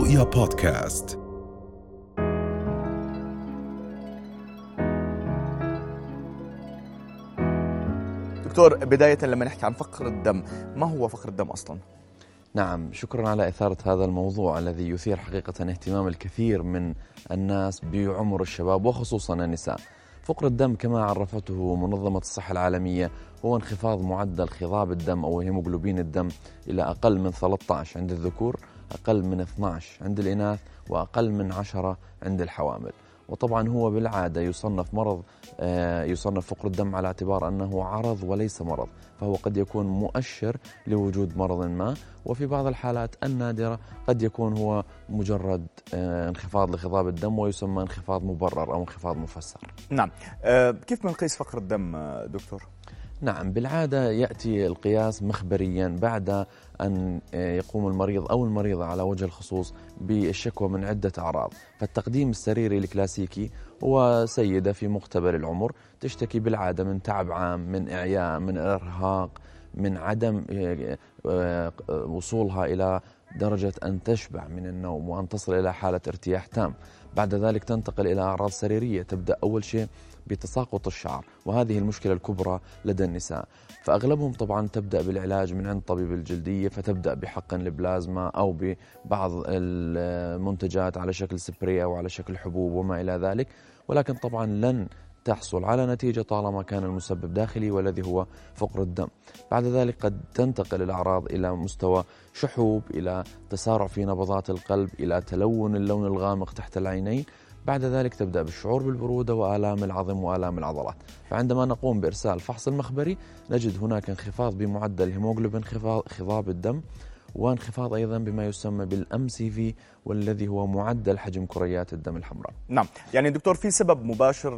رؤيا بودكاست. دكتور، بداية لما نحكي عن فقر الدم، ما هو فقر الدم أصلا؟ نعم، شكرا على إثارة هذا الموضوع الذي يثير حقيقة اهتمام الكثير من الناس بعمر الشباب وخصوصا النساء. فقر الدم كما عرفته منظمة الصحة العالمية هو انخفاض معدل خضاب الدم أو هيموغلوبين الدم إلى أقل من 13 عند الذكور، أقل من 12 عند الإناث، وأقل من 10 عند الحوامل. وطبعا هو بالعادة يصنف فقر الدم على اعتبار أنه عرض وليس مرض، فهو قد يكون مؤشر لوجود مرض ما، وفي بعض الحالات النادرة قد يكون هو مجرد انخفاض لخضاب الدم ويسمى انخفاض مبرر أو انخفاض مفسر. نعم. كيف بنقيس فقر الدم دكتور؟ نعم، بالعادة يأتي القياس مخبريا بعد أن يقوم المريض أو المريضة على وجه الخصوص بالشكوى من عدة أعراض. فالتقديم السريري الكلاسيكي هو سيدة في مقتبل العمر تشتكي بالعادة من تعب عام، من إعياء، من إرهاق، من عدم وصولها إلى درجة أن تشبع من النوم وأن تصل إلى حالة ارتياح تام. بعد ذلك تنتقل إلى أعراض سريرية، تبدأ أول شيء بتساقط الشعر، وهذه المشكلة الكبرى لدى النساء. فأغلبهم طبعا تبدأ بالعلاج من عند طبيب الجلدية، فتبدأ بحقن البلازما أو ببعض المنتجات على شكل سبري أو على شكل حبوب وما إلى ذلك، ولكن طبعا لن تحصل على نتيجة طالما كان المسبب داخلي والذي هو فقر الدم. بعد ذلك قد تنتقل الأعراض إلى مستوى شحوب، إلى تسارع في نبضات القلب، إلى تلون اللون الغامق تحت العينين. بعد ذلك تبدأ بالشعور بالبرودة وآلام العظم وآلام العضلات. فعندما نقوم بإرسال الفحص المخبري نجد هناك انخفاض بمعدل الهيموغلوبين، خضاب الدم، وانخفاض أيضا بما يسمى بالMCV والذي هو معدل حجم كريات الدم الحمراء. نعم، يعني دكتور في سبب مباشر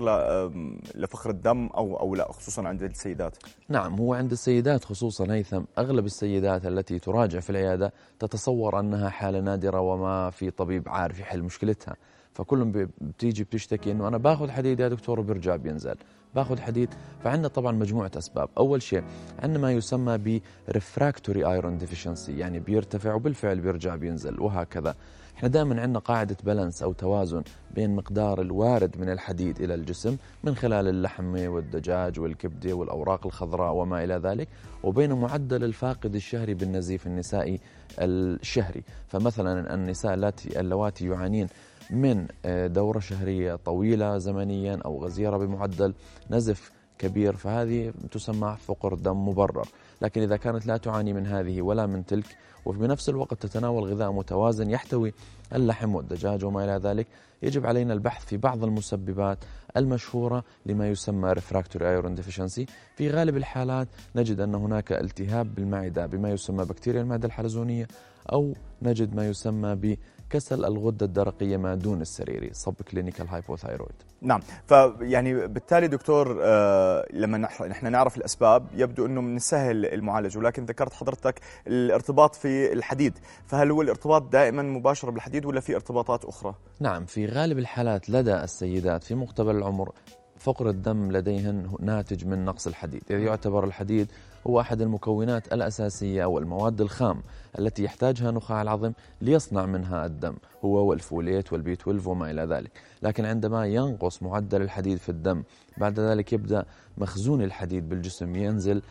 لفقر الدم أو لا، خصوصا عند السيدات؟ نعم، هو عند السيدات خصوصا هيثم، أغلب السيدات التي تراجع في العيادة تتصور أنها حالة نادرة وما في طبيب عارف يحل مشكلتها، فكلهم بتشتكي أنه أنا باخذ حديد يا دكتور وبرجع بينزل، باخذ حديد. فعندنا طبعا مجموعة أسباب. أول شيء عندنا ما يسمى بريفراكتوري ايرون ديفيشنسي، يعني بيرتفع وبالفعل بيرجع بينزل وهكذا. احنا دائما عندنا قاعدة بالانس أو توازن بين مقدار الوارد من الحديد إلى الجسم من خلال اللحمة والدجاج والكبدة والأوراق الخضراء وما إلى ذلك، وبين معدل الفاقد الشهري بالنزيف النسائي الشهري. فمثلا النساء اللواتي يعانين من دورة شهرية طويلة زمنيا أو غزيرة بمعدل نزف كبير، فهذه تسمى فقر دم مبرر. لكن إذا كانت لا تعاني من هذه ولا من تلك، وبنفس الوقت تتناول غذاء متوازن يحتوي اللحم والدجاج وما إلى ذلك، يجب علينا البحث في بعض المسببات المشهورة لما يسمى refractory iron deficiency. في غالب الحالات نجد أن هناك التهاب بالمعدة بما يسمى بكتيريا المعدة الحلزونية، أو نجد ما يسمى بكسل الغدة الدرقية ما دون السريري subclinical hypothyroid. نعم، فيعني بالتالي دكتور لما نحن نعرف الأسباب يبدو أنه من السهل المعالجة، ولكن ذكرت حضرتك الارتباط في الحديد، فهل هو الارتباط دائما مباشر بالحديد ولا في ارتباطات أخرى؟ نعم، في غالب الحالات لدى السيدات في مقتبل العمر فقر الدم لديهن ناتج من نقص الحديد، إذ يعتبر الحديد هو أحد المكونات الأساسية أو المواد الخام التي يحتاجها نخاع العظم ليصنع منها الدم، هو والفوليت والبي 12 وما إلى ذلك. لكن عندما ينقص معدل الحديد في الدم، بعد ذلك يبدأ مخزون الحديد بالجسم ينزل،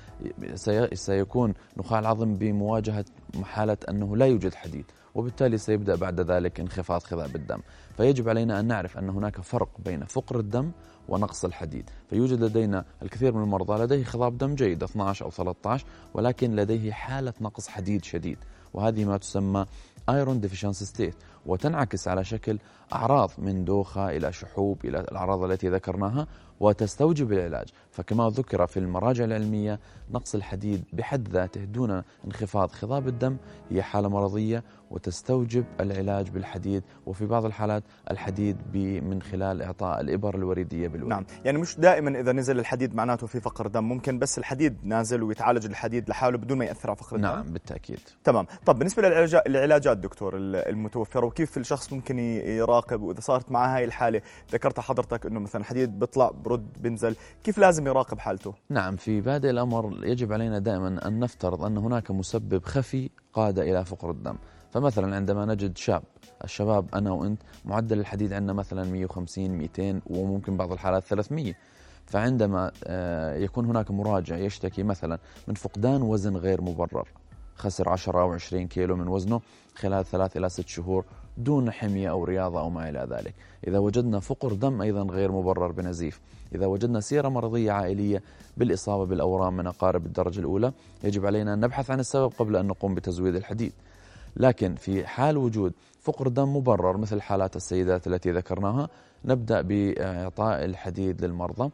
سيكون نخاع العظم بمواجهة حالة أنه لا يوجد حديد، وبالتالي سيبدأ بعد ذلك انخفاض خضاب الدم. فيجب علينا أن نعرف أن هناك فرق بين فقر الدم ونقص الحديد. فيوجد لدينا الكثير من المرضى لديه خضاب دم جيد 12 أو 13، ولكن لديه حالة نقص حديد شديد، وهذه ما تسمى ايرون ديفيشنسي ستيت، وتنعكس على شكل أعراض من دوخة إلى شحوب إلى الأعراض التي ذكرناها وتستوجب العلاج. فكما ذكر في المراجع العلمية، نقص الحديد بحد ذاته دون انخفاض خضاب الدم هي حالة مرضية وتستوجب العلاج بالحديد، وفي بعض الحالات الحديد من خلال إعطاء الإبر الوريدية بالوريد. نعم، يعني مش دائما إذا نزل الحديد معناته في فقر دم، ممكن بس الحديد نازل ويتعالج الحديد لحاله بدون ما يأثر على فقر الدم. نعم بالتأكيد. تمام. طب بالنسبة للعلاجات دكتور المتوفرة، وكيف الشخص ممكن يراقب وإذا صارت معه هاي الحالة؟ ذكرت حضرتك إنه مثلا حديد بيطلع برد بنزل، كيف لازم يراقب حالته؟ نعم، في بادئ الأمر يجب علينا دائما أن نفترض أن هناك مسبب خفي قاد إلى فقر الدم. فمثلا عندما نجد الشباب أنا وأنت معدل الحديد عندنا مثلا 150 200 وممكن بعض الحالات 300، فعندما يكون هناك مراجع يشتكي مثلا من فقدان وزن غير مبرر، خسر 10 أو 20 كيلو من وزنه خلال 3 إلى 6 شهور دون حمية أو رياضة أو ما إلى ذلك، إذا وجدنا فقر دم أيضا غير مبرر بنزيف، إذا وجدنا سيرة مرضية عائلية بالإصابة بالأورام من أقارب الدرجة الأولى، يجب علينا أن نبحث عن السبب قبل أن نقوم بتزويد الحديد. لكن في حال وجود فقر دم مبرر مثل حالات السيدات التي ذكرناها، نبدأ بإعطاء الحديد للمرضى.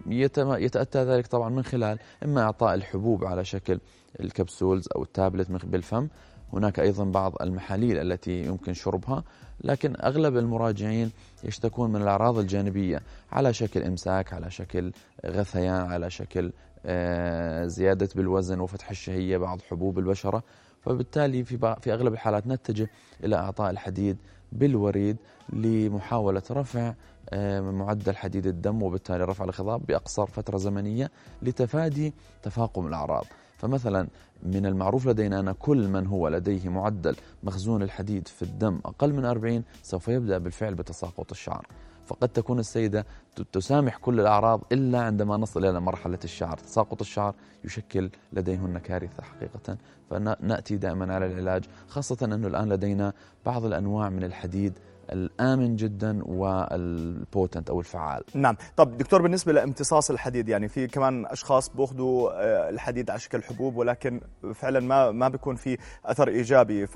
يتأتى ذلك طبعا من خلال إما إعطاء الحبوب على شكل الكبسولز أو التابلت بالفم، هناك أيضا بعض المحاليل التي يمكن شربها، لكن أغلب المراجعين يشتكون من الأعراض الجانبية على شكل إمساك، على شكل غثيان، على شكل زيادة بالوزن وفتح الشهية، بعض حبوب البشرة. فبالتالي في أغلب الحالات نتجه إلى إعطاء الحديد بالوريد لمحاولة رفع معدل حديد الدم وبالتالي رفع الخضاب بأقصر فترة زمنية لتفادي تفاقم الأعراض. فمثلا من المعروف لدينا أن كل من هو لديه معدل مخزون الحديد في الدم أقل من 40 سوف يبدأ بالفعل بتساقط الشعر. فقد تكون السيدة تسامح كل الأعراض إلا عندما نصل إلى مرحلة الشعر، تساقط الشعر يشكل لديهن كارثة حقيقة. فنأتي دائما على العلاج، خاصة أنه الآن لدينا بعض الأنواع من الحديد الآمن جدا والبوتنت أو الفعال. نعم. طب دكتور، بالنسبة لامتصاص الحديد، يعني في كمان أشخاص بأخذوا الحديد على شكل حبوب ولكن فعلا ما بيكون في أثر إيجابي،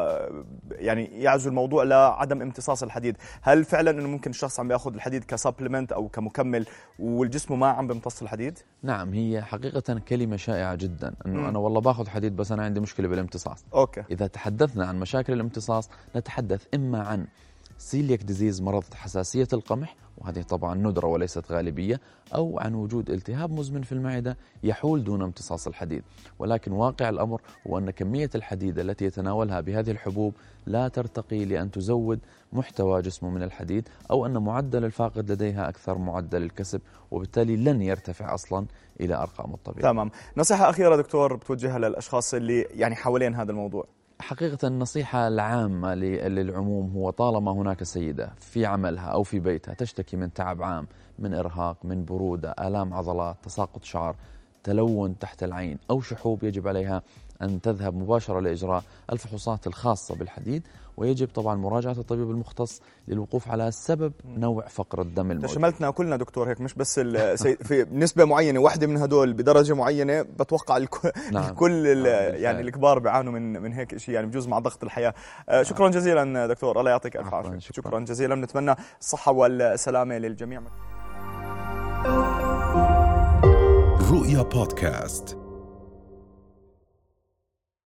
يعني يعزو الموضوع لعدم امتصاص الحديد. هل فعلا أنه ممكن الشخص عم يأخذ الحديد كسبلمنت أو كمكمل والجسم ما عم بيمتص الحديد؟ نعم، هي حقيقة كلمة شائعة جدا أنه أنا والله باخذ حديد بس أنا عندي مشكلة بالامتصاص. أوكي. إذا تحدثنا عن مشاكل الامتصاص نتحدث إما عن سيلياك ديزيز، مرض حساسية القمح، وهذه طبعا ندرة وليست غالبية، أو عن وجود التهاب مزمن في المعدة يحول دون امتصاص الحديد. ولكن واقع الأمر هو أن كمية الحديد التي يتناولها بهذه الحبوب لا ترتقي لأن تزود محتوى جسمه من الحديد، أو أن معدل الفاقد لديها أكثر معدل الكسب، وبالتالي لن يرتفع أصلا إلى أرقام الطبيعية. تمام. نصيحة أخيرة دكتور بتوجهها للأشخاص اللي يعني حوالين هذا الموضوع؟ حقيقة النصيحة العامة للعموم هو طالما هناك سيدة في عملها أو في بيتها تشتكي من تعب عام، من إرهاق، من برودة، آلام عضلات، تساقط شعر، تلون تحت العين أو شحوب، يجب عليها أن تذهب مباشرة لإجراء الفحوصات الخاصة بالحديد، ويجب طبعا مراجعة الطبيب المختص للوقوف على سبب نوع فقر الدم الموجود. شملتنا كلنا دكتور هيك، مش بس في نسبة معينة، واحدة من هدول بدرجة معينة، بتوقع نعم. الكل يعني الكبار بيعانوا من هيك شيء، يعني بجوز مع ضغط الحياة. شكرا جزيلا دكتور، الله يعطيك ألف عافية. شكرا جزيلا، بنتمنى الصحة والسلامة للجميع. رؤيا بودكاست.